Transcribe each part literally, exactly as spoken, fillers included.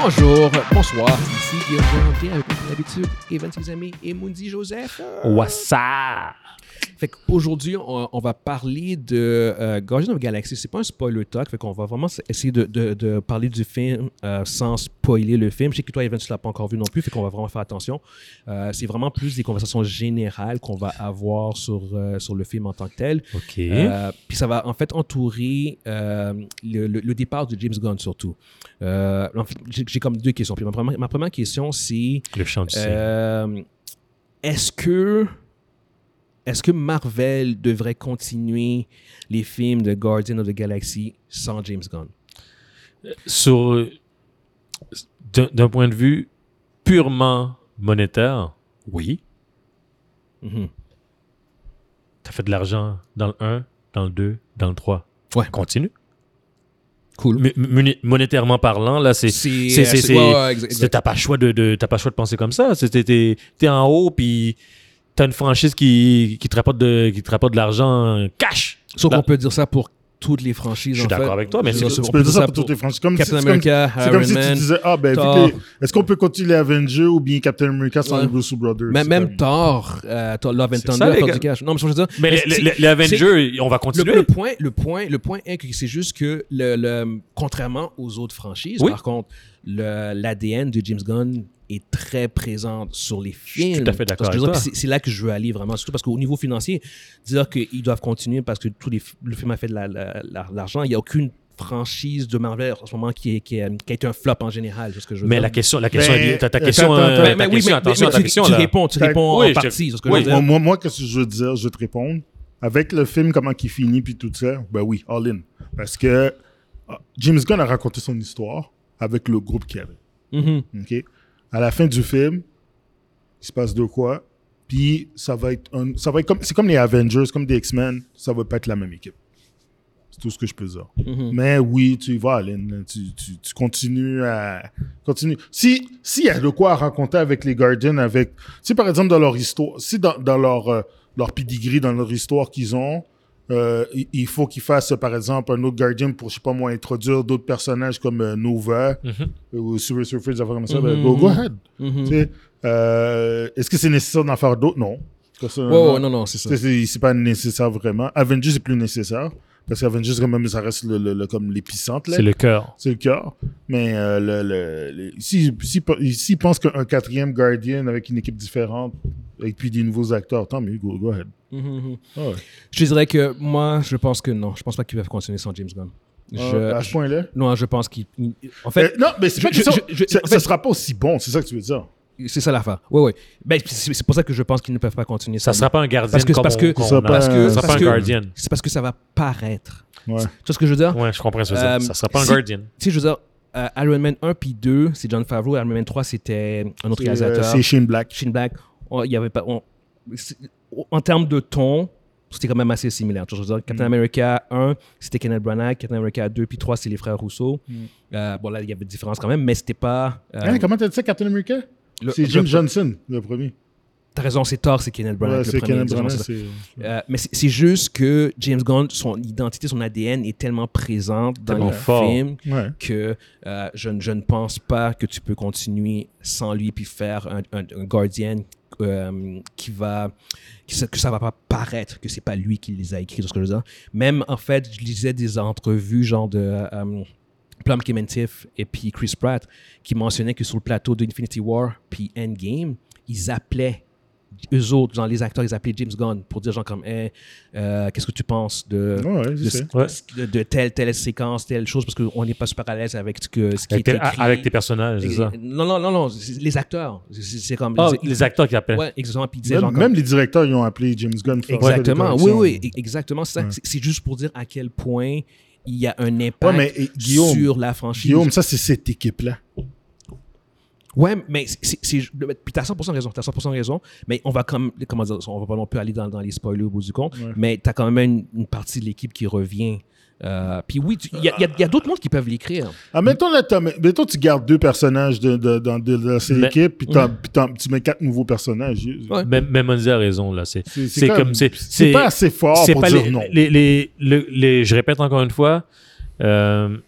Bonjour, bonsoir, ici Guillaume Jean avec comme d'habitude, Evan, ses amis, et Mundi Joseph. What's up? Fait qu'aujourd'hui, on, on va parler de euh, Guardians of the Galaxy. C'est pas un spoiler talk, fait qu'on va vraiment essayer de, de, de parler du film euh, sans spoiler le film. Je sais que toi, Evan, tu l'as pas encore vu non plus, fait qu'on va vraiment faire attention. Euh, c'est vraiment plus des conversations générales qu'on va avoir sur, euh, sur le film en tant que tel. OK. Euh, puis ça va en fait entourer euh, le, le, le départ de James Gunn surtout. Euh, en fait, j'ai, j'ai comme deux questions. Puis ma première, ma première question, c'est... Le chant du euh, Est-ce que... Est-ce que Marvel devrait continuer les films de Guardians of the Galaxy sans James Gunn? Sur, d'un, d'un point de vue purement monétaire, oui. Mm-hmm. T'as fait de l'argent dans le un, dans le deux, dans le trois. Ouais. Continue. Cool. Mais, moni- monétairement parlant, là, c'est... C'est... c'est, c'est, c'est, c'est ouais, ouais, exact, c'est- t'as pas le choix de, de, t'as pas le choix de penser comme ça. C'est, t'es, t'es, t'es en haut, puis... T'as une franchise qui, qui te rapporte de, qui te rapporte de l'argent cash. Sauf Là, qu'on peut dire ça pour toutes les franchises. Je suis en d'accord fait. avec toi, mais Je c'est- veux dire, tu on Tu peut peux dire ça pour toutes les franchises. Comme Captain si, America, c'est comme, Iron c'est comme Man, si tu disais, ah ben, vu Thor. que les- est-ce qu'on peut continuer les Avengers ou bien Captain America sans Ouais. les Russo Brothers? Même, C'est même comme- Thor, euh, Thor Love and C'est Thunder, ça, les Thor gars. du Cash. Non, mais je veux dire... Mais les, c'est- les, les Avengers, on va Le, continuer. le point, le point, le point est que c'est juste que le, le, contrairement aux autres franchises, Oui. par contre, le, l'A D N de James Gunn est très présent sur les suis films. tout à fait d'accord Parce que je avec veux dire, toi. C'est, c'est là que je veux aller vraiment, surtout parce qu'au niveau financier, dire qu'ils doivent continuer parce que tous les, le film a fait de la, la, la, l'argent, il n'y a aucune franchise de Marvel en ce moment qui, est, qui, est, qui a été un flop en général. C'est ce que je veux Mais dire. la question, la question Mais- est bien. Ta, ta attends, question, attends, euh, attends. ta Mais, mais oui, question, mais, attention mais à ta tu, question. tu là. réponds, tu T'as- réponds oui, en je- partie. C'est ce que Oui, je veux moi, dire. moi, moi, qu'est-ce que je veux te dire? Je vais te répondre. Avec le film, comment il finit, puis tout ça, ben oui, all in. Parce que euh, James Gunn a raconté son histoire avec le groupe qu'il avait. Mhm. OK? À la fin du film, il se passe de quoi? Puis ça va être un, ça va être comme, c'est comme les Avengers, comme des X-Men, ça va pas être la même équipe. C'est tout ce que je peux dire. Mhm. Mais oui, tu y vas, Aline. Tu, tu, tu continues à... Continue. Si, s'il y a de quoi à raconter avec les Guardians, avec... Si, par exemple, dans leur histoire... Si, dans, dans leur, euh, leur pedigree, dans leur histoire qu'ils ont, euh, il, il faut qu'ils fassent, par exemple, un autre Guardian pour, je sais pas moi, introduire d'autres personnages comme euh, Nova Mhm. euh, ou Silver Surfer, des affaires comme ça, Mhm. ben, go, go ahead. Mhm. Tu sais, euh, est-ce que c'est nécessaire d'en faire d'autres? Non. Ouais, Personnellement, ouais, non, non, c'est ça. c'est, c'est, c'est pas nécessaire vraiment. Avengers, c'est plus nécessaire. Parce qu'Avengers, quand même, ça reste le, le, le- comme l'épicentre. Là. C'est le cœur. C'est le cœur. Mais euh, le, le, le, si, si, s'ils pensent qu'un quatrième Guardian avec une équipe différente, et puis des nouveaux acteurs, tant mieux, go, go ahead. Mhm, mhm. Ah ouais. Je dirais que moi, je pense que non. Je pense pas qu'ils peuvent continuer sans James Gunn. Je, Ah, à ce je- point-là? non, je pense qu'il... il- En fait, Euh, non, mais c'est je- pas je- question. je- je- ça, en ça fait- sera pas aussi bon, c'est ça que tu veux dire. c'est ça l'affaire. Oui, oui. Ben, c'est, c'est pour ça que je pense qu'ils ne peuvent pas continuer Ça sans sera pas un gardien Parce que- comme parce on- que- qu'on ça sera a. pas parce un- que- Ça sera parce pas un que- gardien. C'est parce que ça va paraître. Ouais. Tu vois ce que je veux dire? Ouais, je comprends ce que tu veux Euh, dire. Ça sera pas un si- gardien. Tu sais, je veux dire, euh, Iron Man un puis deux, c'est John Favreau. Iron Man trois, c'était un autre C'est, euh, réalisateur. c'est Shane Black. Shane Black. On- il y avait pas, on- c'est- en termes de ton, c'était quand même assez similaire. Tu vois, je veux dire, Captain Mm. America un, c'était Kenneth Branagh. Captain America deux puis trois, c'est les frères Rousseau. Mm. Euh, bon, là, il y avait des différences quand même, mais c'était pas... euh, Hein, comment t'as dit ça, Captain America? le- C'est le- Jim Johnson, le premier. T'as raison, c'est Thor, c'est Kenneth Branagh. Ouais, le c'est premier, Kenneth exactement, Branagh. c'est ça. c'est- Euh, mais c'est, c'est juste que James Gunn, son identité, son A D N est tellement présente dans Tellement les fort. films Ouais. que euh, je, ne- je ne pense pas que tu peux continuer sans lui puis faire un, un, un Guardian euh, qui va qui, ça- que ça va pas paraître que c'est pas lui qui les a écrits, c'est ce que je veux dire. Même en fait, je lisais des entrevues genre de euh, Plum Kementif et puis Chris Pratt qui mentionnaient que sur le plateau d'Infinity War puis Endgame, ils appelaient eux autres, genre les acteurs, ils appelaient James Gunn pour dire genre comme hey, euh, qu'est-ce que tu penses de, Ouais, ouais, je de, sais. Ouais. de, de telle telle séquence, telle chose parce qu'on n'est pas super à l'aise avec ce, que, ce qui Avec est tes, écrit. avec tes personnages, c'est ça. Non, non, non, non, c'est les acteurs. C'est, c'est comme... Ah, ils- les acteurs qui appellent. Ouais, exactement. Puis ils disaient Même, genre comme- même les directeurs, ils ont appelé James Gunn. pour faire Exactement, des oui, corrections. oui, e- exactement. C'est, ça. Ouais. C'est, c'est juste pour dire à quel point il y a un impact Ouais, mais, eh, Guillaume, sur la franchise. Guillaume, ça, c'est cette équipe-là. Ouais, mais c'est, c'est, c'est- puis t'as cent pour cent raison, t'as cent pour cent raison, mais on va comme, comment dire, on va pas non plus aller dans, dans les spoilers au bout du compte, Ouais. mais t'as quand même une, une partie de l'équipe qui revient. Euh, puis oui, il y a, y a- y a d'autres mondes qui peuvent l'écrire. Ah, mettons, là, t'as- mettons, tu gardes deux personnages de, de, dans- de, de cette Mais- équipe, puis, t'en- puis t'en- tu mets quatre nouveaux personnages. Ouais. Même, même Monzi a raison, là. C'est, C'est, c'est comme. C'est, c'est pas assez fort c'est pour pas dire les, non. Les, les, le- les- je répète encore une fois, euh,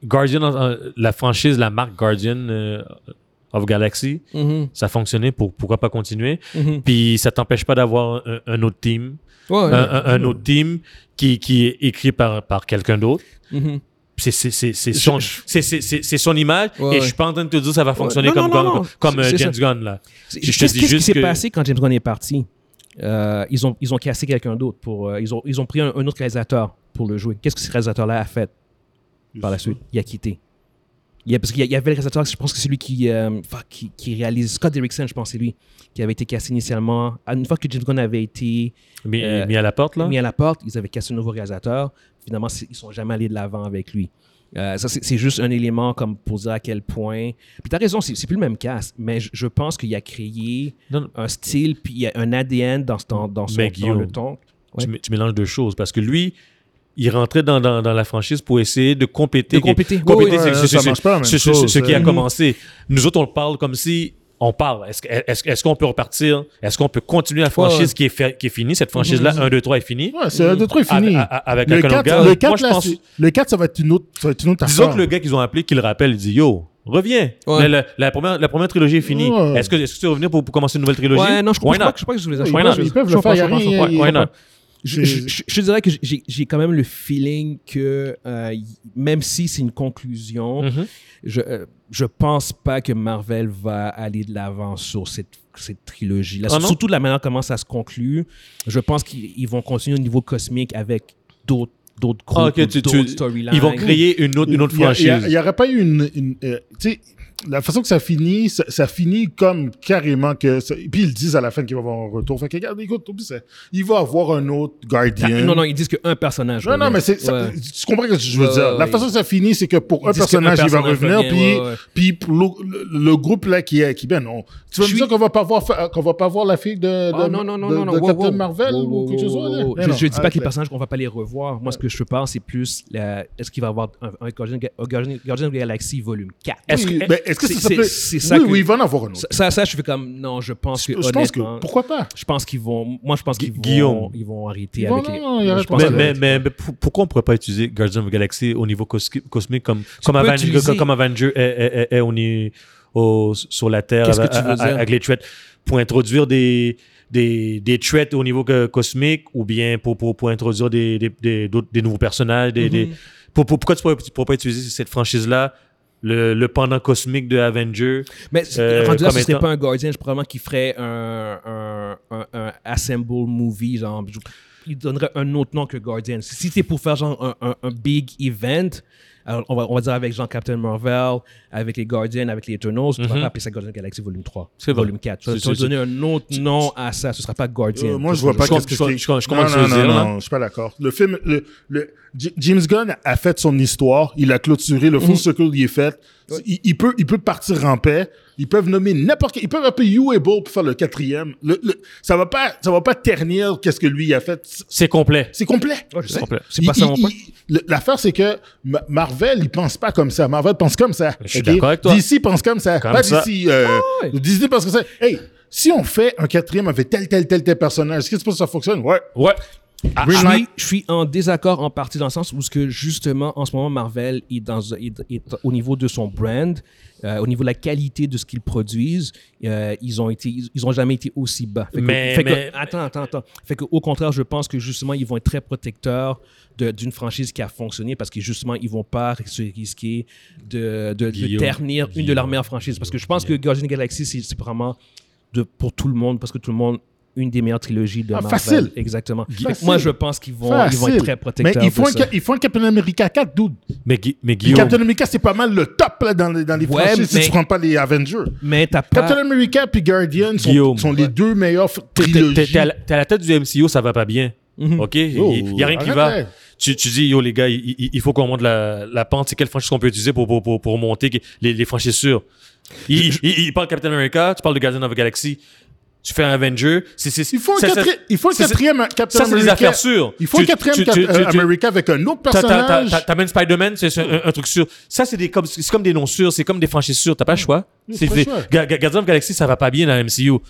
Guardian, euh, la franchise, la marque Guardian euh, of Galaxy, Mhm. ça fonctionnait, pour, pourquoi pas continuer? Mhm. Puis ça t'empêche pas d'avoir un, un autre team, Ouais, ouais. un, un- un autre team qui, qui est écrit par, par quelqu'un d'autre. Mhm. C'est, c'est, c'est, c'est, son, c'est, c'est, c'est, c'est son image Ouais, et ouais. je suis pas en train de te dire que ça va fonctionner non, comme, non, non, comme, non. comme euh, C'est- c'est James ça. Gunn, là. C'est- Je te Qu'est-ce dis qu'est-ce qui juste s'est que- passé quand James Gunn est parti? Euh, ils, ont, ils ont cassé quelqu'un d'autre. Pour, euh, ils, ont, ils ont pris un, un autre réalisateur pour le jouer. Qu'est-ce que ce réalisateur-là a fait par la suite? Il a quitté. Il y a, parce qu'il y a- il y avait le réalisateur, je pense que c'est lui qui, euh, fuck, qui, qui réalise. Scott Derrickson, je pense que c'est lui, qui avait été cassé initialement. Une fois que James Gunn avait été Mis, Euh, mis à la porte, là. mis à la porte, ils avaient cassé un nouveau réalisateur. Finalement, c'est- ils sont jamais allés de l'avant avec lui. Euh, ça, c'est c'est juste un élément comme pour dire à quel point. Puis t'as raison, c'est c'est plus le même cast, mais je, je pense qu'il a créé Non, non, un style, puis il y a un A D N dans, dans, dans, son, Mais dans Guillaume, le ton. Ouais. tu, mé- tu mélanges deux choses parce que lui, il rentrait dans, dans, dans la franchise pour essayer de compléter. De compléter. compléter Oui, ce- oui, ce- ça ce- marche pas la même ce- ce- chose, ce qui a hein. commencé. Nous autres, on le parle comme si on parle. Est-ce, que- est-ce, est-ce qu'on peut repartir? Est-ce qu'on peut continuer la franchise Ouais, ouais. qui, est fait- qui est finie? Cette franchise-là, un, deux, trois est finie. Ouais, c'est un, deux, trois est fini. Avec, avec Le un autre quatre, gars. le Moi, quatre, je là, pense. c'est- le quatre, ça va être une autre, ça va être une autre Disons affaire. que le gars qu'ils ont appelé, qui le rappelle, il dit Yo, reviens. Ouais. La, la- la première, la première trilogie est finie. Ouais. Est-ce, que, est-ce que tu veux revenir pour, pour commencer une nouvelle trilogie? Ouais, non, je comprends Why pas, not? je comprends que je voulais Ils je Why comprends, not? je- ils peuvent je le faire, comprends, il y a je comprends, rien, je comprends. il y a- Why il y a not? pas- Je, je- je- je dirais que j'ai- j'ai quand même le feeling que euh, y- même si c'est une conclusion, Mhm. je, euh, je pense pas que Marvel va aller de l'avant sur cette, cette trilogie-là. Ah non? Surtout de la manière comment ça se conclut. Je pense qu'ils ils vont continuer au niveau cosmique avec d'autres d'autres groupes, Ah, ok, ou tu- tu- d'autres storylines. Ils vont créer une autre, une autre Il y a- il y a- franchise. Il n'y aurait pas eu une. une, euh, tu sais, la façon que ça finit, ça, ça finit comme carrément que. ça- puis ils disent à la fin qu'il va avoir un retour. Fait que regarde, écoute, oublie ça. Il va avoir un autre Guardian. Ah, non, non, ils disent qu'un personnage. Non, non, revient. mais c'est, ça- Ouais. tu comprends ce que je veux Ouais, dire. ouais, La ouais. façon que ça finit, c'est que pour Ils un disent qu'un personnage, il va personnage revenir, revient, puis, ouais, ouais. puis pour le, le- le groupe là qui est, qui ben non. Tu vas Je me dire suis- qu'on va pas voir, fa- qu'on va pas voir la fille de, de, Ah, non, non, non, de, non, non, de wow, Captain wow. Marvel Wow, ou wow, quelque chose wow, là. wow. Mais Je, non, je dis pas arrête, que les là. personnages qu'on va pas les revoir. Moi, ce que je pense, c'est plus la- est-ce qu'il va y avoir un, un Guardian, un Guardian, Guardian of the Galaxy volume quatre. Est-ce Oui, que- ben, est-ce que c'est- ça s'appelle. c'est- c'est ça Oui, que- oui, il va en avoir un autre. Ça, ça, ça, je fais comme non, je pense que Je pense que. honnêtement, Pourquoi pas? je pense qu'ils vont. Moi, je pense qu'ils vont. Guillaume. Ils vont arrêter Ils vont- avec les. non, il y a je rien pense de Mais, que- mais, mais, mais pour- pourquoi on pourrait pas utiliser Guardians of the Galaxy au niveau cosqui- cosmique comme, comme, peux Avenger, utiliser- comme Avenger est, est- est- est au ni- au- sur la Terre Qu'est-ce que avec, tu veux dire? avec les threats pour introduire des, des, des threats au niveau que- cosmique ou bien pour, pour, pour introduire des, des, des, d'autres- des nouveaux personnages. Des, Mhm. des- pour, pour- pourquoi tu pourrais, tu pourrais pas utiliser cette franchise-là, le, le pendant cosmique de Avenger? Mais Euh, rendu là, comme ce serait étant- pas un Guardian, je probablement qu'il ferait un, un, un, un Assemble movie, genre. je- Il donnerait un autre nom que Guardian. Si c'est pour faire genre un, un, un big event, alors on va, on va dire avec genre Captain Marvel, avec les Guardians, avec les Eternals, tu vas Mhm. pas appeler ça Guardian Galaxy Volume trois, C'est vrai. Volume quatre. Tu vas C'est- tu vas c'est- donner un autre nom à ça, ce sera pas Guardian. Euh, moi, je vois pas Je com- qu'est-ce que je com- c'est. je com- je Non, commence à non, le non, dire, là. non, je suis pas d'accord. Le film, le, le, J- James Gunn a fait son histoire, il a clôturé, le full Mhm. circle il est fait. Il, il peut, il peut partir en paix. Ils peuvent nommer n'importe quel, ils peuvent appeler You Able pour faire le quatrième. Le, le, ça va pas, ça va pas ternir qu'est-ce que lui a fait. C'est complet. C'est complet. Ouais, je sais. complet. C'est pas ça mon Il- point. il- le- L'affaire, c'est que Ma- Marvel, il pense pas comme ça. Marvel pense comme ça. Je suis ok? d'accord avec toi. D C pense comme ça. Comme pas ça. D C. Euh, ouais. Disney pense comme ça. Hey, si on fait un quatrième avec tel, tel, tel, tel personnage, est-ce que tu penses que ça fonctionne? Ouais. Ouais. Ah, Green je, Knight. suis, je suis en désaccord en partie dans le sens où ce que justement en ce moment Marvel est, dans, est, est au niveau de son brand, euh, au niveau de la qualité de ce qu'ils produisent, euh, ils ont été, ils, ils ont jamais été aussi bas. Fait que- Mais- fait que- mais- attends, attends, attends. Fait que au contraire, je pense que justement ils vont être très protecteurs de- d'une franchise qui a fonctionné parce que justement ils vont pas se risquer de, de, de Guillaume, ternir une de Guillaume, leurs meilleures franchises. Parce que je pense que Guardians of the Galaxy c'est c'est vraiment de, pour tout le monde parce que tout le monde une des meilleures trilogies de Ah, Marvel. facile. Exactement. Facile. Moi, je pense qu'ils vont, ils vont Facile. être très protecteurs. Mais il faut, de un, ça. ca- il faut un Captain America quatre, dude. Mais, Gui- mais Puis Guillaume, Captain America, c'est pas mal le top là, dans les, dans les Ouais, franchises si mais- tu prends pas les Avengers. Mais t'as pas. Captain America puis Guardian sont, Guillaume. sont les deux meilleures f- t'es- t'es- trilogies. t'es t'es à la- t'es à la tête du M C U, ça va pas bien. Mhm. OK? Il Oh, n'y a rien qui arrête, va. arrête. Tu, tu dis, yo, les gars, il, il- il faut qu'on monte la, la pente. C'est quelle franchise qu'on peut utiliser pour, pour, pour, pour monter les, les franchises sûres? Il, il, il parle Captain America, tu parles de Guardian of the Galaxy, tu fais un Avenger. C'est, c'est, Il faut un, ça, ça- quatri- il faut un c'est- quatrième Captain Ça, c'est des America. affaires sûres. Il faut un Tu- quatrième tu- Cap- tu- euh, tu- tu- America avec un autre T'as- t'as- personnage. t'as- T'amènes Spider-Man, c'est c'est un, un truc sûr. Ça, c'est des comme, c'est comme des noms sûrs, c'est comme des franchises sûres. T'as pas le choix. Oui, C'est pas des- le choix. Ga- Ga- Guardians of the Galaxy, ça va pas bien dans la M C U.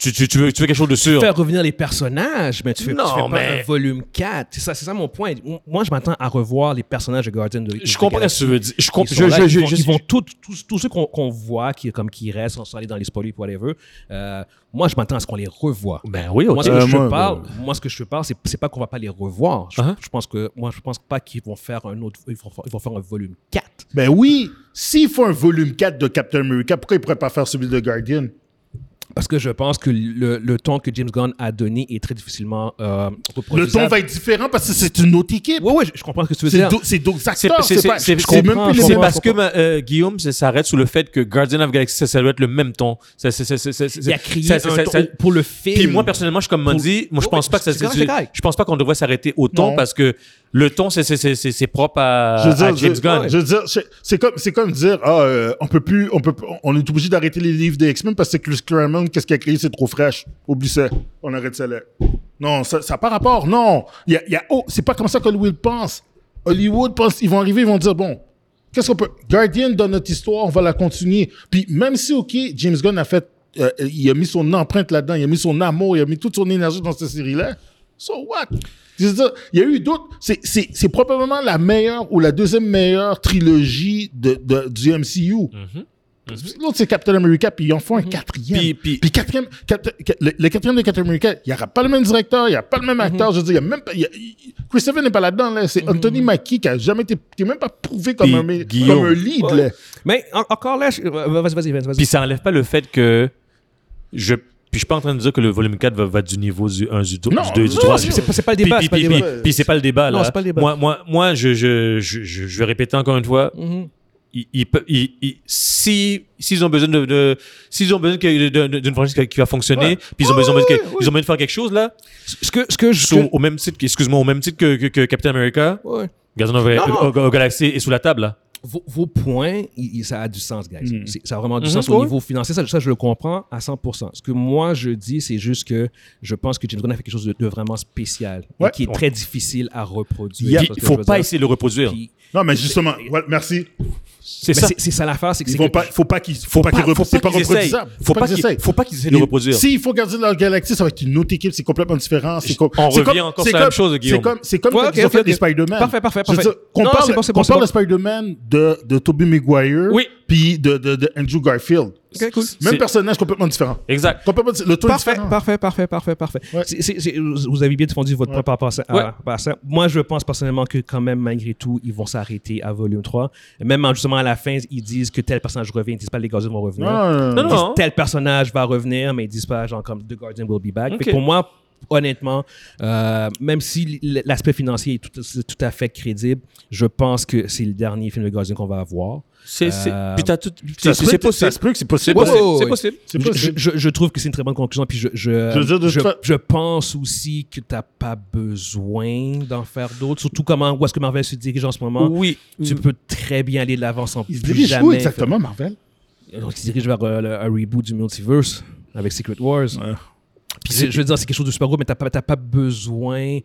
Tu, tu, tu, veux, tu veux quelque chose de sûr. Faire revenir les personnages, mais tu fais, Non, tu fais pas mais- un volume quatre. C'est ça, c'est ça mon point. Moi, je m'attends à revoir les personnages de Guardian de Je comprends ce que tu veux dire. Je comprends. Ils, sont Je, là, je, ils je, vont, je- ils vont tous, tous, tous ceux qu'on qu'on voit, qui, comme qui restent, sans aller dans les spoilers, whatever. Euh, moi, je m'attends à ce qu'on les revoie. Ben oui, ok. Moi, ce que Euh, je moi, parle, ben- moi, ce que je te parle, c'est, c'est pas qu'on va pas les revoir. Je, Uh-huh. je pense que, moi, je pense pas qu'ils vont faire un autre, ils vont, faire- ils vont faire un volume quatre. Ben oui, s'il faut un volume quatre de Captain America, pourquoi il pourrait pas faire celui de Guardian? Parce que je pense que le, le ton que James Gunn a donné est très difficilement euh, Le reproduisable. ton va être différent parce que c'est une autre équipe. Ouais, ouais, je, je comprends ce que tu veux C'est dire. d'au- c'est d'autres C'est- acteurs. c'est- C'est c'est- pas- c'est- c'est c'est- même plus je les C'est mêmes. comprends. parce que ma- euh, Guillaume ça s'arrête sur le fait que Guardian of the Galaxy, ça, ça doit être le même ton. Ça, ça, ça, ça, ça, ça- Il a crié ça- ça- un ça- ton ça- pour le film. Puis moi personnellement, je suis comme Pour- Mondi, moi je Ouais, pense ouais, pas que ça, c'est correct, c'est- c'est correct. je pense pas qu'on devrait s'arrêter au ton Non. parce que le ton c'est c'est c'est c'est c'est propre à, Je veux dire, à James je- Gunn. Je veux dire, c'est- c'est comme, c'est comme dire, ah, euh, on peut plus, on peut, on est obligé d'arrêter les livres des X-Men parce que Chris Claremont, qu'est-ce qu'il a créé, c'est trop fraîche. Oublie ça. On arrête ça là. Non, ça, ça n'a pas rapport. Non. Il y a, il y a, oh, c'est pas comme ça qu'Hollywood pense. Hollywood pense, ils vont arriver, ils vont dire, bon, qu'est-ce qu'on peut, Guardian dans notre histoire, on va la continuer. Puis même si, ok, James Gunn a fait, euh, il a mis son empreinte là-dedans, il a mis son amour, il a mis toute son énergie dans cette série-là. So what? C'est-à-dire, il y a eu d'autres. C'est, c'est, c'est probablement la meilleure ou la deuxième meilleure trilogie de, de, du M C U. Mhm. L'autre, c'est Captain America, puis ils en font un quatrième. Puis- puis- Puis quatrième, Captain- le, le quatrième de Captain America, il n'y aura pas le même directeur, il n'y a pas le même acteur. Je veux dire, il y a même pas. il y a- il- Christopher n'est pas là-dedans, là. C'est Anthony Mackie qui a jamais été. qui n'est même pas prouvé comme, Puis un, mé- Guillaume. comme un lead, Ouais. là. Mais en- encore là, je- euh, vas-y, vas-y, vas-y. Puis ça enlève pas le fait que je puis je suis pas en train de dire que le volume quatre va, va du niveau du un, du deux, Non, du deux, du non, trois. c'est, c'est pas, c'est pas le Puis, débat. puis, c'est pas le puis, débat. puis- puis c'est pas le débat là. Non, c'est pas le débat. Moi, moi, moi, je, je, je, je, je vais répéter encore une fois. Mhm. Ils, ils, peuvent- ils, ils- si s'ils ont besoin de, de s'ils ont besoin que- de- de- d'une franchise qui- qui va fonctionner, Ouais. puis ils ont besoin de, ouais, que- ouais. ils ont besoin de faire quelque chose là, Ce que, ce que je. sous- au même titre, que- excuse-moi, au même titre que, que, que Captain America, Ouais. Guardian of Non, the Galaxy est sous la table là. Vos, vos points, il- il- ça a du sens, guys. Mm. C'est- ça a vraiment du Mhm, sens au ouais. niveau financier. Ça, ça, je le comprends à cent pour cent. Ce que moi, je dis, c'est juste que je pense que James Gunn a fait quelque chose de, de vraiment spécial et Ouais. qui est très difficile à reproduire. Yeah. C'est Puis ce il que faut je veux pas dire. essayer de le reproduire. Puis- Non, mais justement, voilà, merci. C'est mais ça. c'est- c'est ça l'affaire, c'est que Ils c'est vont que- pas, faut pas qu'ils, faut pas qu'ils Faut repro- c'est pas pas qu'ils essayent. reproduisable. Faut pas qu'ils essayent. faut pas qu'ils essaient de le reproduire. S'il faut garder la galaxie, ça va être une autre équipe, c'est complètement différent. C'est comme, On c'est revient comme- encore c'est sur la même comme- chose, Guillaume. C'est comme, c'est comme Ouais, quand ok, ils ont ok, fait ok. les Spider-Man. Parfait, parfait, Je veux parfait. dire, qu'on Non, parle, c'est bon, c'est bon, qu'on c'est parle bon. de Spider-Man de, de Tobey Maguire, Oui. puis de, de, de Andrew Garfield. Ok, cool. Même C'est- personnage complètement différent. Exact. Complètement, le ton est Parfait, différent. parfait, parfait, parfait, parfait. Ouais. C'est- c'est- c'est- vous avez bien défendu votre point par rapport à ça- à- Ouais. par rapport à ça. Moi, je pense personnellement que quand même, malgré tout, ils vont s'arrêter à volume trois. Même en- justement à la fin, ils disent que tel personnage revient, ils disent pas les Guardians vont revenir. Non, non, Non, non. Ils disent non. tel personnage va revenir, mais ils disent pas genre comme The Guardian will be back. Fait Ok. que pour moi, honnêtement, euh, même si l- l'aspect financier est tout, c'est tout à fait crédible, je pense que c'est le dernier film de Guardian qu'on va avoir. C'est c'est Euh, puis t'as tout Ça c'est se peut- c'est possible. Ça se peut que c'est C'est possible. Ouais, possible. ouais, C'est ouais. possible. C'est Je, possible. je- je trouve que c'est une très bonne conclusion. Puis je, je, Je veux dire, de je, toute fa- je pense aussi que tu n'as pas besoin d'en faire d'autres. Surtout comment, où est-ce que Marvel se dirige en ce moment. Oui. Tu peux très bien aller de l'avant sans Ils se plus dirigent jamais où faire- exactement, Marvel? Donc, ils se dirigent vers euh, le- un reboot du multiverse avec Secret Wars. Ouais. Puis c'est- je veux dire, c'est quelque chose de super gros, mais tu n'as pas, t'as pas besoin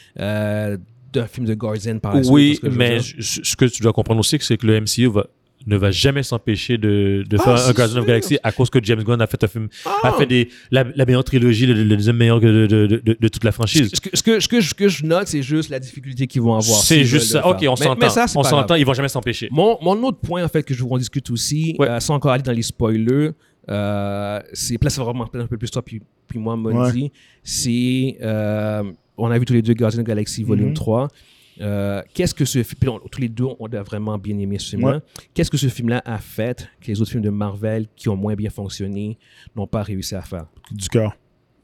euh, d'un film de Guardian par la suite. Oui, parce que je veux mais dire. je- ce que tu dois comprendre aussi, c'est que le M C U va ne va jamais s'empêcher de, de Ah, faire un c'est Guardian of sûr. the Galaxy à cause que James Gunn a fait un film, Ah. a fait des, la, la meilleure trilogie, le, le deuxième meilleur de, de, de, de, de toute la franchise. Ce que, ce, que, ce, que, je- ce que je note, c'est juste la difficulté qu'ils vont avoir. C'est s'ils juste veulent ça. le Ok, faire. on Mais- s'entend. mais ça, c'est On pas s'entend, grave. ils vont jamais s'empêcher. Mon, mon autre point, en fait, que je veux qu'on discute aussi, Ouais. euh, sans encore aller dans les spoilers, euh, c'est, là, c'est vraiment un peu plus toi, puis, puis moi, Mondi, c'est, euh, on a vu tous les deux Guardians of the Galaxy Volume Mhm. trois. Euh, qu'est-ce que ce film, puis on- tous les deux, on a vraiment bien aimé ce film-là. Ouais. Qu'est-ce que ce film-là a fait que les autres films de Marvel qui ont moins bien fonctionné n'ont pas réussi à faire? Du cœur.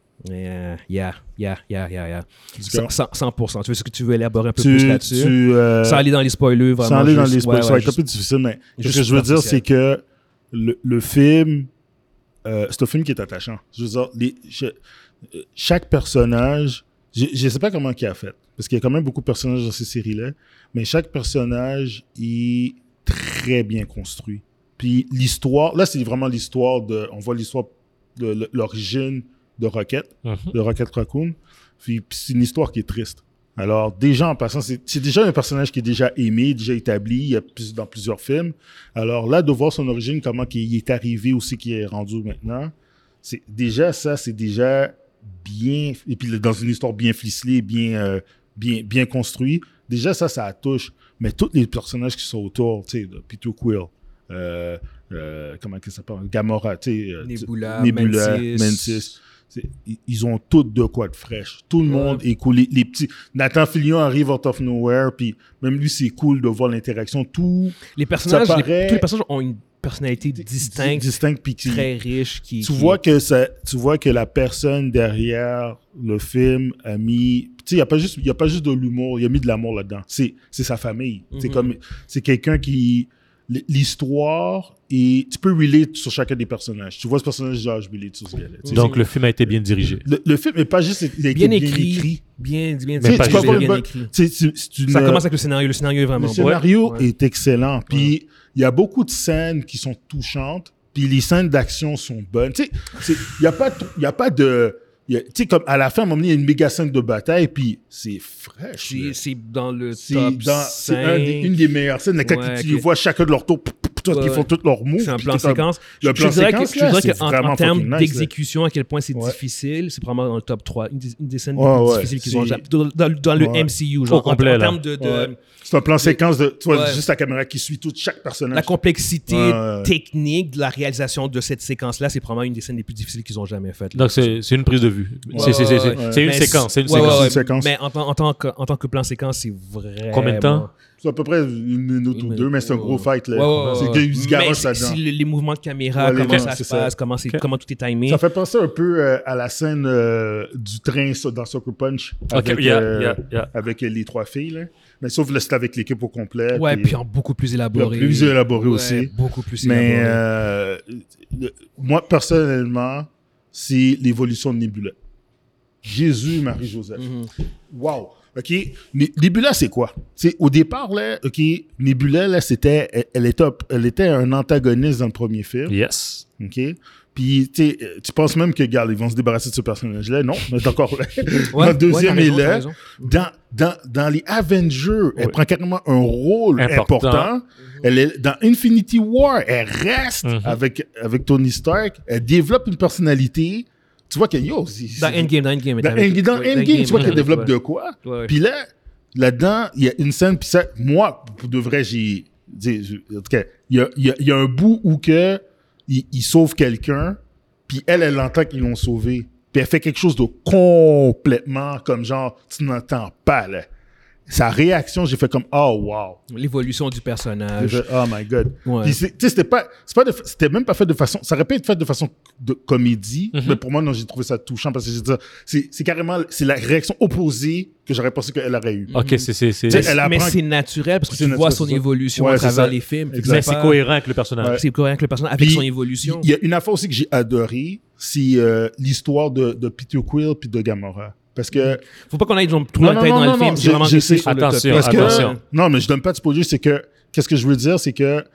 Yeah, yeah, yeah, yeah, yeah, yeah. Du cent- cœur. cent- cent pour cent. Tu veux ce que tu veux élaborer un peu Tu, plus là-dessus? tu, euh, Sans aller dans les spoilers, vraiment. sans aller dans juste- les spoilers, ouais, ça va ouais, être un juste- peu difficile, mais ce juste que je veux dire, superficiel. c'est que le, le film, euh, c'est un film qui est attachant. Je veux dire, les, je- euh, chaque personnage, je ne sais pas comment il a fait, parce qu'il y a quand même beaucoup de personnages dans ces séries-là, mais chaque personnage est très bien construit. Puis l'histoire, là, c'est vraiment l'histoire de, on voit l'histoire de l- l'origine de Rocket, Mhm. de Rocket Raccoon. Puis, puis c'est une histoire qui est triste. Alors, déjà en passant, c'est c'est déjà un personnage qui est déjà aimé, déjà établi il y a plus, dans plusieurs films. Alors là, de voir son origine, comment il est arrivé aussi, qui est rendu maintenant, c'est déjà ça, c'est déjà bien, et puis dans une histoire bien ficelée, bien, euh, bien, bien construite, déjà ça, ça touche. Mais tous les personnages qui sont autour, tu sais, Peter Quill, euh, euh, comment ça s'appelle, Gamora, tu sais, euh, Nebula, Nebula, Mantis. Mantis. C'est- ils- Ils ont tous de quoi de fraîche. Tout le monde est cool. Les, les petits... Nathan Fillion arrive out of nowhere, puis même lui, c'est cool de voir l'interaction. Tout Les personnages, Ça les- paraît- tous les personnages ont une personnalité distincte, distinct, puis qui- très riche. Qui, tu qui- vois que ça, tu vois que la personne derrière le film a mis, tu sais, il y a pas juste, il y a pas juste de l'humour, il a mis de l'amour là-dedans. C'est, c'est sa famille. C'est Mhm. comme, c'est quelqu'un qui, l'histoire et tu peux relate sur chacun des personnages. Tu vois ce personnage, genre, je relate sur ce gars-là. Tu sais, Donc, le film a été bien dirigé. le, le film n'est pas juste, il a été bien, bien écrit, écrit. bien, bien, Mais bien, pas Tu peux juste avoir une bien bonne- écrit. tu sais, c'est- c'est une- Ça commence avec le scénario. Le scénario est vraiment Le bon. scénario Ouais. est excellent. Puis il y a beaucoup de scènes qui sont touchantes. Puis les scènes d'action sont bonnes. Tu sais, c'est- il n'y a pas, t- il y a pas de, il y a- tu sais, comme à la fin, à un moment donné, il y a une méga scène de bataille. Puis c'est fraîche. là. C'est c'est dans le C'est top dans- c'est un des- cinq. une des meilleures scènes. Là, quand Ouais, tu les ok. vois chacun de leur tour, pff, pff, pff, Ouais, ils font ouais. tous leurs moves. C'est un puis plan t'es comme- séquence. Le Je plan te dirais que- séquence, je te là, dirais c'est qu'en vraiment en termes fucking nice, là. d'exécution, à quel point c'est Ouais. difficile, c'est probablement dans le top trois. Une des, une des scènes Ouais, les plus ouais, difficiles qu'ils c'est- ont jamais. Dans, dans- dans le Ouais. M C U, genre. Au complet, en, en là. termes de. de- Ouais. C'est un plan séquence de, tu vois, Ouais. juste la caméra qui suit tout chaque personnage. La complexité Ouais. technique de la réalisation de cette séquence-là, c'est probablement une des scènes les plus difficiles qu'ils ont jamais faites. là. Donc, c'est c'est une prise de vue. C'est c'est- c'est- c'est- ouais. c'est une Mais séquence. C'est une ouais, séquence. ouais, ouais. Une séquence. Mais en, tant- en, tant que, en tant que plan séquence, c'est vraiment. Combien de temps? C'est à peu près une minute ou Une deux, mais c'est un minute, gros ouais. fight. Là. Ouais, ouais, c'est ouais. qu'ils se Mais garochent c'est- là-dedans. c'est les, les mouvements de caméra, Ouais, les comment mouvements, ça c'est se ça. passe, comment, c'est- Ok. comment tout est timé. Ça fait penser un peu euh, à la scène euh, du train ça, dans Sucker Punch Ok, avec, yeah, euh, yeah, yeah. avec les trois filles. Là. Mais sauf là, c'était avec l'équipe au complet. Ouais, puis- puis en beaucoup plus élaboré. Plus élaboré Ouais, aussi. Beaucoup plus Mais élaboré. euh, le- moi, personnellement, c'est l'évolution de Nebula. Jésus, Marie-Joseph. Mhm. Wow. OK. Né- Nebula, c'est quoi? C'est au départ, là, OK, Nebula, là, c'était, elle, elle était, elle était un antagoniste dans le premier film. Yes. OK? Puis, tu sais, euh, tu penses même que, regarde, ils vont se débarrasser de ce personnage-là. Non, mais encore là. Ouais, dans le deuxième, ouais, il t'as raison, est t'as là. raison. Dans, dans, dans les Avengers, elle Oui. prend carrément un rôle Important. important. Elle est, dans Infinity War, elle reste Mhm. avec, avec Tony Stark. Elle développe une personnalité. Tu vois que, yo, c'est- Dans c'est- Endgame, dans Endgame. dans, avec- Endgame, dans ouais, Endgame, tu vois qu'elle ouais, développe ouais. de quoi. Ouais, ouais. Puis là, là-dedans, il y a une scène, puis ça, moi, pour de vrai, j'ai, j'ai- j'ai- en tout cas, il y a, il y a- il y a un bout où que il, il sauve quelqu'un, puis elle, elle entend qu'ils l'ont sauvé. Puis elle fait quelque chose de complètement comme genre, tu n'entends pas, là. Sa réaction, j'ai fait comme, oh, wow. L'évolution du J'ai personnage. fait, oh my God. Ouais. Puis c'est- tu sais, c'était pas, c'est pas de- c'était même pas fait de façon, ça aurait pu être fait de façon de comédie, Mhm. mais pour moi, non, j'ai trouvé ça touchant parce que j'ai dit, c'est, c'est carrément, c'est la réaction opposée que j'aurais pensé qu'elle aurait eu. Ok, c'est. c'est- c'est- Tu sais, Mais, elle mais apprend- c'est naturel parce que C'est tu vois naturel, son c'est ça. évolution Ouais, à c'est travers ça. les films. puis Exact. Mais c'est c'est pas- cohérent avec le personnage. Ouais. C'est cohérent avec le personnage, avec Puis, son évolution. Il y a une affaire aussi que j'ai adoré, c'est euh, l'histoire de, de Peter Quill puis de Gamora. Parce que, Faut pas qu'on aille genre, trop Non, la tête non, dans non, le film. non, C'est je- vraiment je resté sais. sur le Attention, topic. parce que, attention. non, mais je donne pas de spoiler, c'est que, qu'est-ce que je veux dire, c'est que,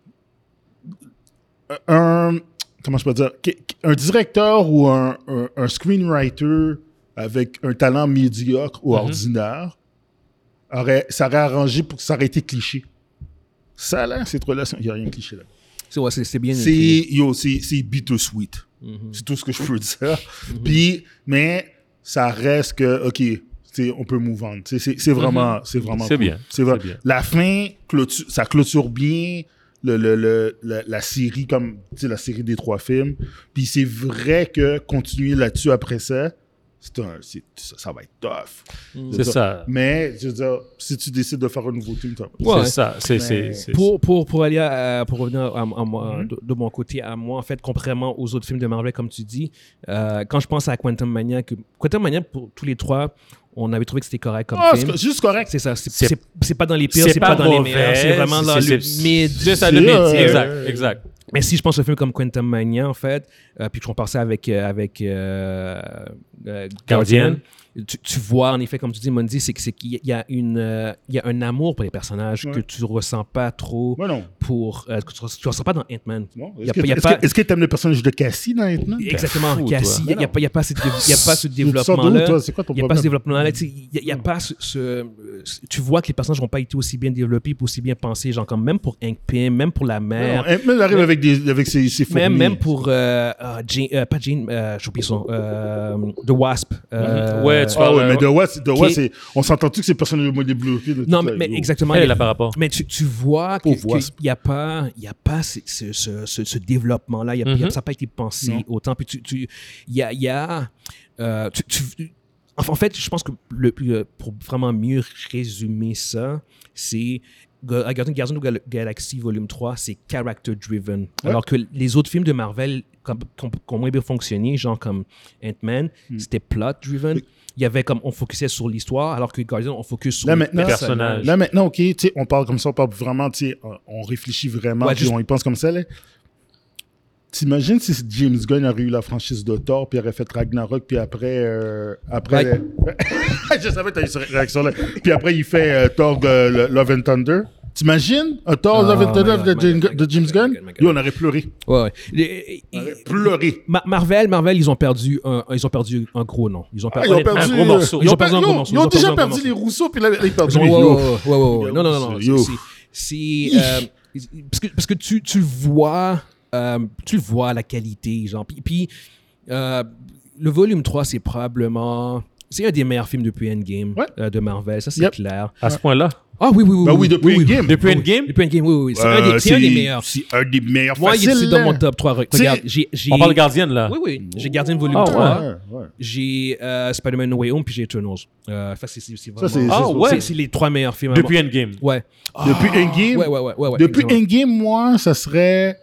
un, comment je peux dire, un directeur ou un, un, un screenwriter avec un talent médiocre ou Mhm. ordinaire, aurait, ça aurait arrangé pour que ça aurait été cliché. Ça, là, cette relation, il n'y a rien de cliché là. C'est ouais, c'est- c'est bien C'est, écrit. yo, c'est, c'est bittersweet. Mhm. C'est tout ce que je peux dire. Puis, mais ça reste que, OK, tu sais, on peut move on. Tu sais, C'est, c'est vraiment, c'est vraiment C'est cool. bien, C'est vrai. c'est bien. La fin, clôture, ça clôture bien le, le, le, la, la série, comme, tu sais, la série des trois films. Puis c'est vrai que continuer là-dessus après ça, c'est un, c'est, ça, ça va être tough. C'est ça. Mais, je veux dire, si tu décides de faire un nouveau film, ça Ouais. C'est ça. C'est. Mais- c'est- c'est- Pour, pour, pour aller à- pour revenir à, à moi, Mhm. de, de mon côté à moi, en fait, contrairement aux autres films de Marvel, comme tu dis, euh, quand je pense à Quantum Mania, que, Quantum Mania, pour tous les trois, on avait trouvé que c'était correct comme Ah, film. c'est juste correct. C'est ça, c'est, C'est- c'est, c'est pas dans les pires, c'est c'est pas pas, dans les mauvais, meilleurs, c'est vraiment dans c'est- le c'est- mid. C'est ça, le C'est, mid. euh, Exact, exact. Mais si je pense à un film comme Quantum Mania, en fait, euh, puis qu'on pensait avec, euh, avec euh, euh, Guardian, tu, tu vois, en effet, comme tu dis, Mondi, c'est, que- c'est qu'il y a, une, euh, il y a un amour pour les personnages Ouais. que tu ressens pas trop Ouais, non. pour... Euh, tu ne seras pas dans Ant-Man. Non? Y Est-ce a que pas- y a est-ce pas- que- est-ce que tu aimes le personnage de Cassie dans Ant-Man? Exactement, fou, Cassie. toi. Il n'y a, pas- y a pas ce, dé- y a pas ce Tu sors d'où, développement-là. toi? C'est quoi ton Il n'y a pas ce problème? développement-là. Tu sais, Il n'y a, pas ce, ce- Tu vois que les personnages n'ont pas été aussi bien développés, aussi bien pensés. Genre, comme même pour Hank Pym, même pour la Non, mère. Ant-Man arrive avec, des, avec ses, ses fourmis. Même, même pour. Euh, euh, Jane, euh, pas Jane, euh, j'ai oublié son nom. Euh, The Wasp. Euh, Ouais, tu Ah parles, ouais, mais euh, The West, The qui- West, c'est- on s'entend-tu que c'est le personnage le moins développé de Non, toute mais, la- mais yo. exactement. Elle, il y a- là, par rapport. Mais tu, tu vois qu'il Pauvre Wasp. n'y a pas, il y a pas ce, ce, ce, ce- ce développement-là. Il y a- il y a- Mhm. Ça n'a pas été pensé Non. autant. Puis tu, tu, il y a, il y a euh, tu- tu- en en fait, je pense que le, le- pour vraiment mieux résumer ça, c'est Ga- Guardians of the Gal- Galaxy Volume trois, c'est character-driven. Ouais. Alors que les autres films de Marvel comme- qui ont, qui ont moins bien fonctionné, genre comme Ant-Man, Hmm. c'était plot-driven. Il y avait comme, on focusait sur l'histoire, alors que Guardians, on focus sur Là, les maintenant- Personnage. Là, maintenant, OK, tu sais, on parle comme ça, on parle vraiment, tu sais, on- on réfléchit vraiment, Ouais, puis juste- on y pense comme ça, là. T'imagines si James Gunn aurait eu la franchise de Thor, puis aurait fait Ragnarok, puis après... euh, après Je savais que tu as eu cette réaction-là. Puis après, il fait euh, Thor euh, le- Love and Thunder. T'imagines un Thor Oh Love and my Thunder God, de, my James- God, my de God, James my Gunn? God, my God. Yo, on aurait pleuré. Ouais, ouais. Les- On aurait ils- pleuré. Ma- Marvel, Marvel, ils ont perdu un, ils ont perdu un gros nom. Ils ont Ah, perdu, ils ont honnêtement, perdu, un gros morceau. Ils ont, perdu un perdu- gros yo, morceau. ils ont Ils ont déjà perdu un perdu gros les Rousseau, puis là, ils ont perdu Ouais, les ouais, Yo. ouais, ouais, ouais, ouais. Non, non, non, non. Yo. C'est- C'est. c'est, euh, parce que, parce que tu, tu le vois, euh, tu le vois, la qualité, genre. Puis, puis euh, le volume trois, c'est probablement. C'est un des meilleurs films depuis Endgame Ouais. euh, de Marvel, ça c'est Yep. clair. À ce point-là. Ah oui, oui, oui. Ben oui, depuis Endgame. Depuis Oui, Endgame, Depuis Endgame, oui, oui. oui. C'est un, Euh, des- c'est un des meilleurs. C'est un des meilleurs. Moi, il- Facile, c'est dans là. mon top trois. Re- Tu sais, Regarde, j'ai. j'ai- on parle de Guardian, là. Oui, oui. J'ai Gardien volume Ah, trois. Ouais, ouais. J'ai euh, Spider-Man No Way Home, puis j'ai Eternals. Euh, ça, c'est, c'est, c'est Ça, vraiment... c'est- Ah, c'est- ouais. c'est, c'est les trois meilleurs films. Depuis vraiment. Endgame. Ouais. Depuis Ah, Endgame? Ouais, ouais, ouais. ouais, ouais Depuis exactement. Endgame, moi, ça serait.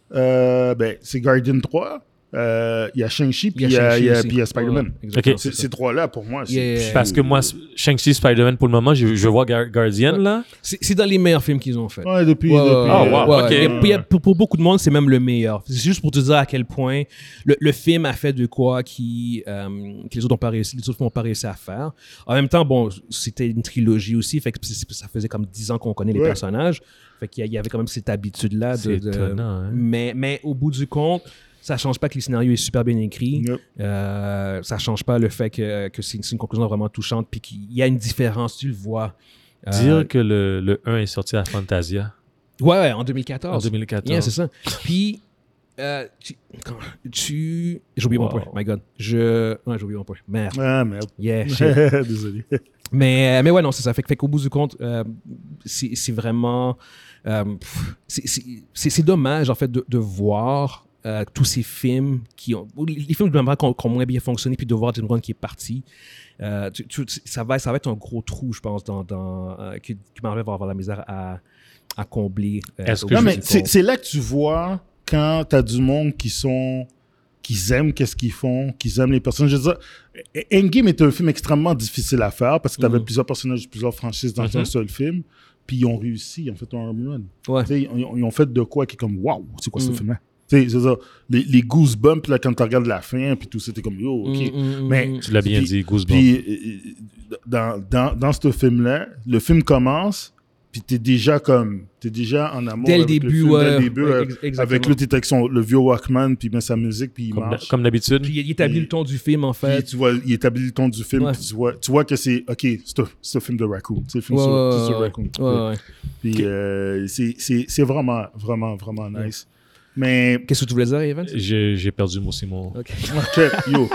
Euh, ben, c'est Guardian trois. Euh, Il y a Shang-Chi, puis il y a, Shang-Chi il y a, aussi. puis il y a Spider-Man. Ouais, exactement, Ok. C'est- c'est ça. Ces trois-là, pour moi, c'est. Yeah, yeah, yeah. Parce que moi, Shang-Chi, Spider-Man, pour le moment, je, je vois Gar- Guardian, là. C'est, c'est dans les meilleurs films qu'ils ont fait. Ouais, depuis. Ouais, ouais, depuis ouais, Ah, ouais, wow, ouais. ok. Mais puis, il y a- pour, pour beaucoup de monde, c'est même le meilleur. C'est juste pour te dire à quel point le, le film a fait de quoi qui, euh, que les autres n'ont pas réussi, les autres n'ont pas réussi à faire. En même temps, bon, c'était une trilogie aussi, fait que c'est- ça faisait comme dix ans qu'on connaît les Ouais. personnages. Fait qu'il y a- il y avait quand même cette habitude-là. De, C'est de- étonnant, hein. mais, mais au bout du compte, ça change pas que le scénario est super bien écrit. Yep. Euh, ça change pas le fait que, que c'est, c'est une conclusion vraiment touchante, puis qu'il y a une différence, tu le vois. Euh, Dire que le, le un est sorti à Fantasia Ouais, ouais, en deux mille quatorze. en deux mille quatorze. Yeah, c'est ça. Puis, euh, tu, quand- tu- J'ai oublié mon Wow. point. My God. Je... Ouais, j'ai oublié mon point. Merde. Ah, merde. Yeah, shit. Désolé. mais, mais ouais, non, c'est ça. Fait, que- fait qu'au bout du compte, euh, c'est, c'est vraiment... euh, pff, c'est, c'est, c'est, c'est dommage, en fait, de, de voir euh, tous ces films qui ont... Les films de Marvel qui ont, qui ont moins bien fonctionné, puis de voir James Gunn qui est parti. Euh, tu- tu- ça, va, ça va être un gros trou, je pense, dans, dans, euh, que, que Marvel va avoir la misère à, à combler. euh, Est-ce au que bout Non, du mais c'est compte. c'est là que tu vois quand t'as du monde qui sont. qui aiment qu'est-ce qu'ils font, qui aiment les personnes. Je veux dire, Endgame est un film extrêmement difficile à faire parce que t'avais Mhm. plusieurs personnages, plusieurs franchises dans Mhm. un seul film. Puis ils ont réussi, ils ont fait un home run. Ouais. Tu sais, Ils, ont, ils ont fait de quoi qui est comme waouh, c'est quoi ce Mm. film-là? Tu sais, c'est ça. Les, les goosebumps, là, quand tu regardes la fin, puis tout, c'était comme yo, ok. Mm, mm, Mais- mm. Tu l'as bien Puis- dit, Goosebumps. Puis euh, dans, dans, dans ce film-là, le film commence, puis t'es déjà comme, t'es déjà en amour Dès le avec début, film, ouais. dès le début, Ouais, euh, ex- exactement. avec là, t'es avec son, le vieux Walkman, puis il met sa musique, puis il Comme, marche. comme d'habitude. Puis il établit Puis- le ton du film, en Puis fait. tu vois, il établit le ton du film, Ouais. puis tu vois, tu vois que c'est, ok, c'est un, c'est un film de Raccoon. C'est un film Ouais, sur, ouais, c'est sur ouais, Raccoon. ouais, ouais. Puis euh, c'est, c'est, c'est vraiment, vraiment, vraiment nice. Mais, Qu'est-ce que tu voulais dire, Evan? J'ai j'ai perdu moi aussi mon. Ok. ok, yo,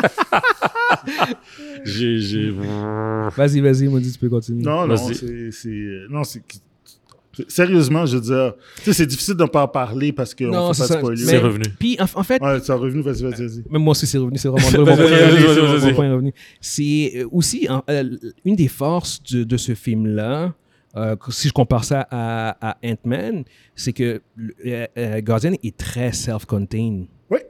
J'ai. j'ai- Vas-y, vas-y, Maudit, tu peux continuer. non, non, Vas-y. c'est, c'est, non, c'est, c'est- sérieusement, je veux dire, tu sais, c'est difficile d'en pas en parler parce qu'on Non, ne c'est fait pas ça. de spoiler. C'est revenu. Puis, en, en fait, Ouais, c'est revenu, vas-y, vas-y, vas-y. même moi aussi, c'est revenu. C'est vraiment drôle. Mon Vas-y, point est vas-y, revenu, vas-y, c'est vas-y. mon point est revenu. C'est euh, aussi hein, euh, une des forces de, de ce film-là, euh, si je compare ça à, à Ant-Man, c'est que euh, euh, Guardian est très self-contained. Oui.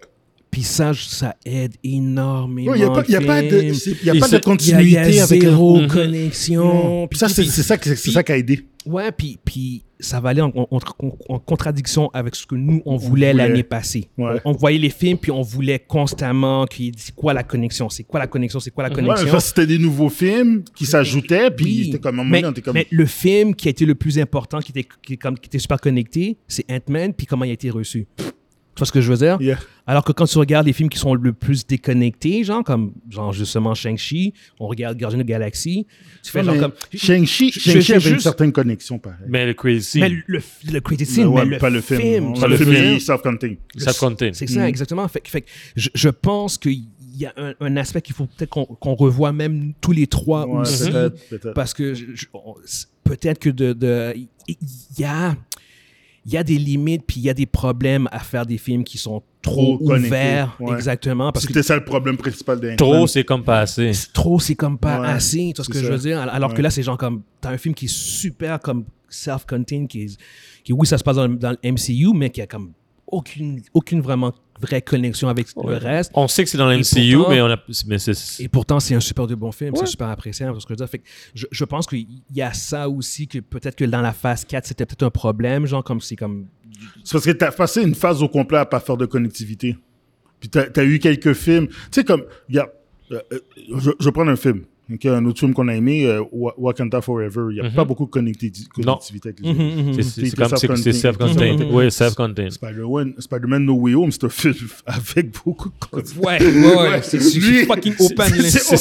Puis ça, ça aide énormément. Il n'y a pas, y a pas de, c'est- y a Il pas se- de continuité Il y a, il y a avec zéro le... connexion. Puis Ça, tout, c'est puis- c'est ça, que- c'est puis- ça qui a aidé. Ouais, puis, puis ça va aller en, en- en- en contradiction avec ce que nous, on voulait, voulait. l'année passée. Ouais. On, on voyait les films, puis on voulait constamment qu'il y ait c'est quoi la connexion, c'est quoi la connexion, c'est quoi la Ouais, connexion. mais ça, c'était des nouveaux films qui s'ajoutaient, puis Oui. c'était comme un moment mais, donné, on était comme... mais le film qui a été le plus important, qui était, qui, comme, qui était super connecté, c'est Ant-Man, puis comment il a été reçu. Tu vois ce que je veux dire? Yeah. Alors que quand tu regardes les films qui sont le plus déconnectés, genre comme genre justement Shang-Chi, on regarde Guardians of the Galaxy, tu fais Ouais, genre mais comme... Shang-Chi, je- je- Shang-Chi je- avait une juste- certaine connexion, pareil. Mais le crazy. Mais le, le created Mais scene, ouais, mais le pas le film. film. Non, tu le vois ce film, que je veux il est dire? self-contained. Ça te contain. C'est ça, Mm. exactement. Fait, que- fait que je, je pense qu'il y a un, un aspect qu'il faut peut-être qu'on qu'on revoie même tous les trois Ouais, aussi. peut-être, peut-être. Parce que je- je- on- c'est- peut-être que de, de, il y a, il y a des limites puis il y a des problèmes à faire des films qui sont trop, Trop connectés, ouverts. ouais. Exactement. Parce que C'était ça le problème principal de Trop, c'est comme pas assez. c'est trop, c'est comme pas Ouais, assez. Tu vois ce c'est que je ça. veux dire? Alors que Ouais. là, c'est genre comme, t'as un film qui est super comme self-contained, qui, est, qui oui, ça se passe dans, le- dans le M C U, mais qui a comme aucune, aucune vraiment vraie connexion avec le reste. On sait que c'est dans le Et M C U, pourtant- mais on a. Mais c'est. Et pourtant, c'est un super de bon film, Ouais. c'est super appréciable. C'est ce que je veux dire. Fait que je, je pense qu'il y a ça aussi, que peut-être que dans la phase quatre, c'était peut-être un problème, genre comme c'est comme... C'est parce que t'as passé une phase au complet à pas faire de connectivité. Puis t'as as eu quelques films. Tu sais, comme, regarde, euh, euh, je, je vais prendre un film. ok, un autre film qu'on a aimé, euh, Wa- Wakanda Forever. Il n'y a Mhm. pas beaucoup de connecti- Non. connectivité avec les Mhm, films. mhm. C'est- Puis C'est t'es comme c'est- c'est self-contained. self-contained. Mhm. Oui, self-contained. Spider-Man, Spider-Man No Way Home, c'est un film avec beaucoup de connectivité. Ouais, ouais, ouais. C'est c'est Lui- fucking open. là. c'est-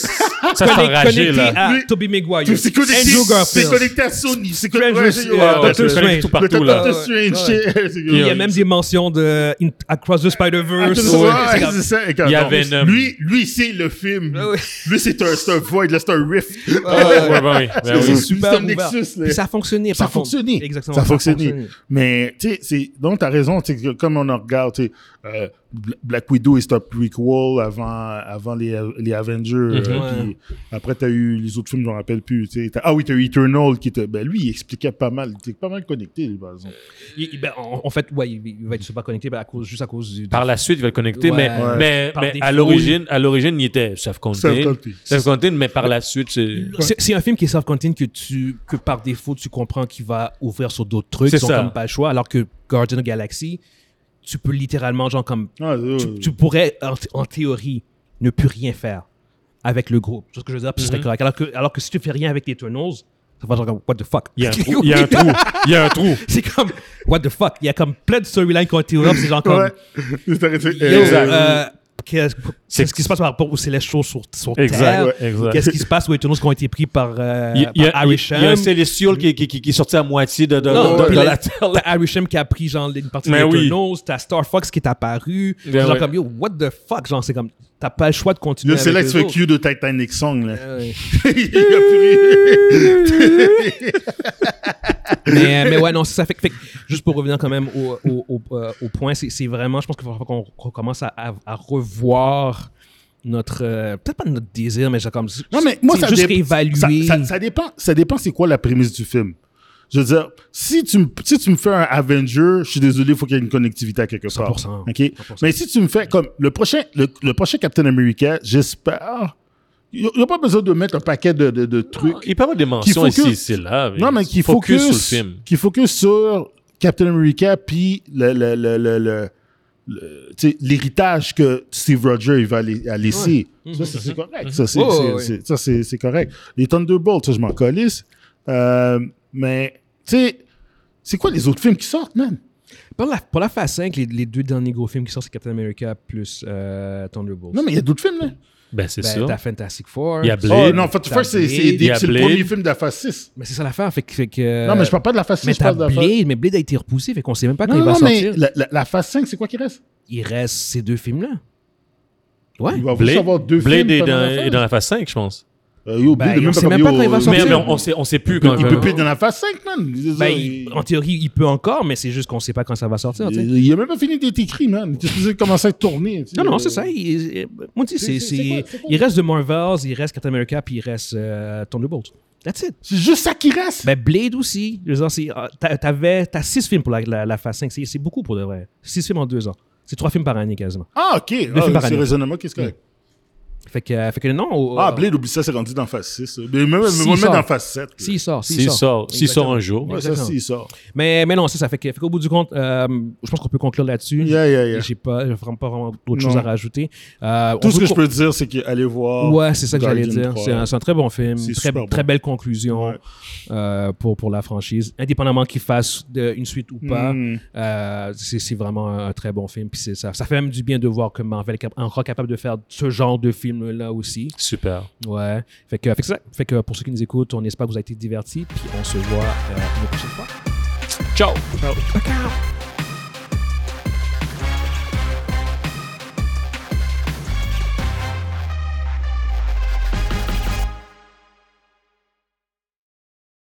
Ça fait enragé, Connecté là. à Lui- Tobey Maguire, Tout- C'est connecté, Andrew c'est Garfield. connecté à Sony. C'est Strange, connecté euh, à Doctor c'est connecté Strange. tout Le partout, Doctor là. Strange. Ouais. Il y a même des mentions de in- Across the Ah, Spider-Verse. c'est Ouais, ça, c'est comme- c'est ça. Et quand- Il y non, avait une- Lui, lui, c'est le film. Ah ouais. Lui, c'est un, c'est un void, là, c'est un rift. Ouais, ben oui. Ben C'est oui. super c'est un ouvert. Nexus, là. Puis ça a fonctionné. Ça a par contre. fonctionné. Exactement. Ça a a fonctionné. Mais, tu sais, c'est, donc, t'as raison, tu sais, comme on en regarde, tu sais, euh, Bla- Black Widow est un prequel avant, avant les, les Avengers. euh, Ouais. puis après, t'as eu les autres films, je m'en rappelle plus, tu sais. T'as- Ah oui, t'as eu Eternal, qui était, ben, lui, il expliquait pas mal, il était pas mal connecté, lui, par exemple. Il- il- ben, en, en fait, ouais, il, il va être super connecté ben, à cause, juste à cause du. Par la suite, il va le connecter, Ouais. mais, Ouais. mais, Par mais défaut, à l'origine, à l'origine, il était self-contained. Self-contained. Self-contained, mais par la suite, c'est. C'est c'est un film qui est self-contained que, tu, que par défaut, tu comprends qu'il va ouvrir sur d'autres trucs. C'est Ils ont ça. comme pas le choix. Alors que Guardian of the Galaxy, tu peux littéralement, genre, comme. Ah, euh, Tu, tu pourrais, en, en théorie, ne plus rien faire avec le groupe. C'est ce que je veux dire, puis ce serait Mhm. correct. Alors que, alors que si tu fais rien avec les Eternals, ça va genre comme, what the fuck? Il y a un trou. Il y a un trou. Il y a un trou. C'est comme, what the fuck? Il y a comme plein de storylines qui ont été ouvertes, c'est genre comme, ouais. C'est arrêté. yo, Exact. euh, qu'est-ce C'est- qu'est-ce qui se passe par rapport aux Célestials sur, sur Exact. Terre? Ouais, exact. Qu'est-ce qui se passe aux Eternals qui ont été pris par, euh, Il y a, il y a- par il y a- Arishem? il y a un Celestial qui, qui, qui, qui est sorti à moitié de, de, Non, de- puis de là, la Terre. T'as Arishem qui a pris genre une partie Mais des oui. Eternals, t'as Star Fox qui est apparu. Ben C'est genre ouais. comme, yo, what the fuck? Genre, c'est comme, t'as pas le choix de continuer. Là, c'est là avec que tu eux fais autres. Q de Titanic Song, là. Euh, ouais. Il y a plus rien. mais, mais ouais, non, c'est ça. Fait, que- fait que juste pour revenir quand même au, au, au, euh, au point, c'est c'est vraiment, je pense qu'il faut qu'on qu'on commence à, à, à revoir notre, euh, peut-être pas notre désir, mais genre comme, Non, mais moi, c'est ça, juste dé- réévaluer. ça, ça, ça dépend. Ça dépend c'est quoi la prémisse du film. Je veux dire, si tu me, si tu me fais un Avenger, je suis désolé, il faut qu'il y ait une connectivité à quelque part. cent pour cent. OK? cent pour cent. Mais si tu me fais comme le prochain, le, le prochain Captain America, j'espère. Il n'y a pas besoin de mettre un paquet de, de, de trucs. Il peut y avoir des Qui mentions focus- ici, c'est là. mais Non, mais qui focus focus, sur le film. qui focus sur Captain America puis le, le, le, le, le- le- tu sais, l'héritage que Steve Rogers il va la- a laissé. Ouais. Ça, c'est c'est correct. Ça, c'est Ouais, ouais, c'est- ouais. c'est- ça, c'est- c'est correct. Les Thunderbolts, ça, je m'en calisse. Euh, mais, tu sais, c'est quoi les autres films qui sortent, man? Pour la, pour la phase cinq, les, les deux derniers gros films qui sortent, c'est Captain America plus euh, Thunderbolts. Non, mais il y a d'autres films, là. Ben, c'est Ben, ça. t'as Fantastic Four. Il y a Oh, Blade. non, Fat First, c'est c'est Blade, des- il y a c'est le Blade. premier film de la phase six. Mais c'est ça l'affaire. Fait que, fait que, non, mais je parle pas de la phase mais six, je t'as parle de la phase... Blade, mais Blade a été repoussé, fait qu'on sait même pas quand Non, il va non, sortir. mais la, la, la phase cinq, c'est quoi qui reste? Il reste ces deux films-là. Ouais. Il va Blade, juste avoir deux Blade films est pendant dans, la est phase. dans la phase cinq, je pense. Euh, yo, Ben, Blade, on même sait pas même comme, pas quand il va yo, sortir. Mais, sorti. mais on, sait, on sait plus Il quand peut il va- plus être dans la phase cinq, man. Je veux Ben, dire, il- en théorie, il peut encore, mais c'est juste qu'on sait pas quand ça va sortir. tu sais. il, il a même pas fini d'être écrit, man. Il est supposé commencer à tourner. tu sais. Non, non, c'est ça. Il, il- moi, tu sais, C'est- c'est- c'est- c'est c'est- quoi- c'est quoi? il reste de Marvels, il reste Captain America, puis il reste euh, Thunderbolt. That's it. C'est juste ça qui reste. Ben, Blade aussi. Je veux dire, c'est- ah, t'a- t'avais, t'as six films pour la, la, la phase cinq. C'est, c'est beaucoup pour de vrai. Six films en deux ans. C'est trois films par année quasiment. Ah, ok. films Ah, par c'est année. raisonnement, qu'est-ce que c'est? Fait que, euh, fait que non. au- Ah, euh, Blade, oublie ça, c'est rendu dans phase six. Mais même, S'il même sort. dans phase sept. là. S'il sort, s'il S'il sort. sort, s'il sort Exactement. un jour. Ouais, ça, Exactement. s'il sort. Mais, mais non, c'est ça. Fait, que, fait qu'au bout du compte, euh, je pense qu'on peut conclure là-dessus. Yeah, yeah, yeah. J'ai pas, j'ai vraiment pas vraiment d'autres Non. choses à rajouter. Euh, on Tout ce peut que je con- peux dire, c'est qu'allez voir. Ouais, c'est ça que j'allais Guardian dire. trois. C'est un, c'est un très bon film, C'est très, super bon. très belle conclusion Ouais. euh, pour, pour la franchise. Indépendamment qu'il fasse de- une suite ou pas, Mm. euh, c'est, c'est vraiment un, un très bon film. Puis c'est ça, ça fait même du bien de voir que Marvel est cap- encore capable de faire ce genre de film-là aussi. Super. Ouais. Fait que, fait que, c'est ça. Fait que pour ceux qui nous écoutent, on espère que vous avez été divertis. Puis on se voit euh, une prochaine fois. Ciao. Ciao.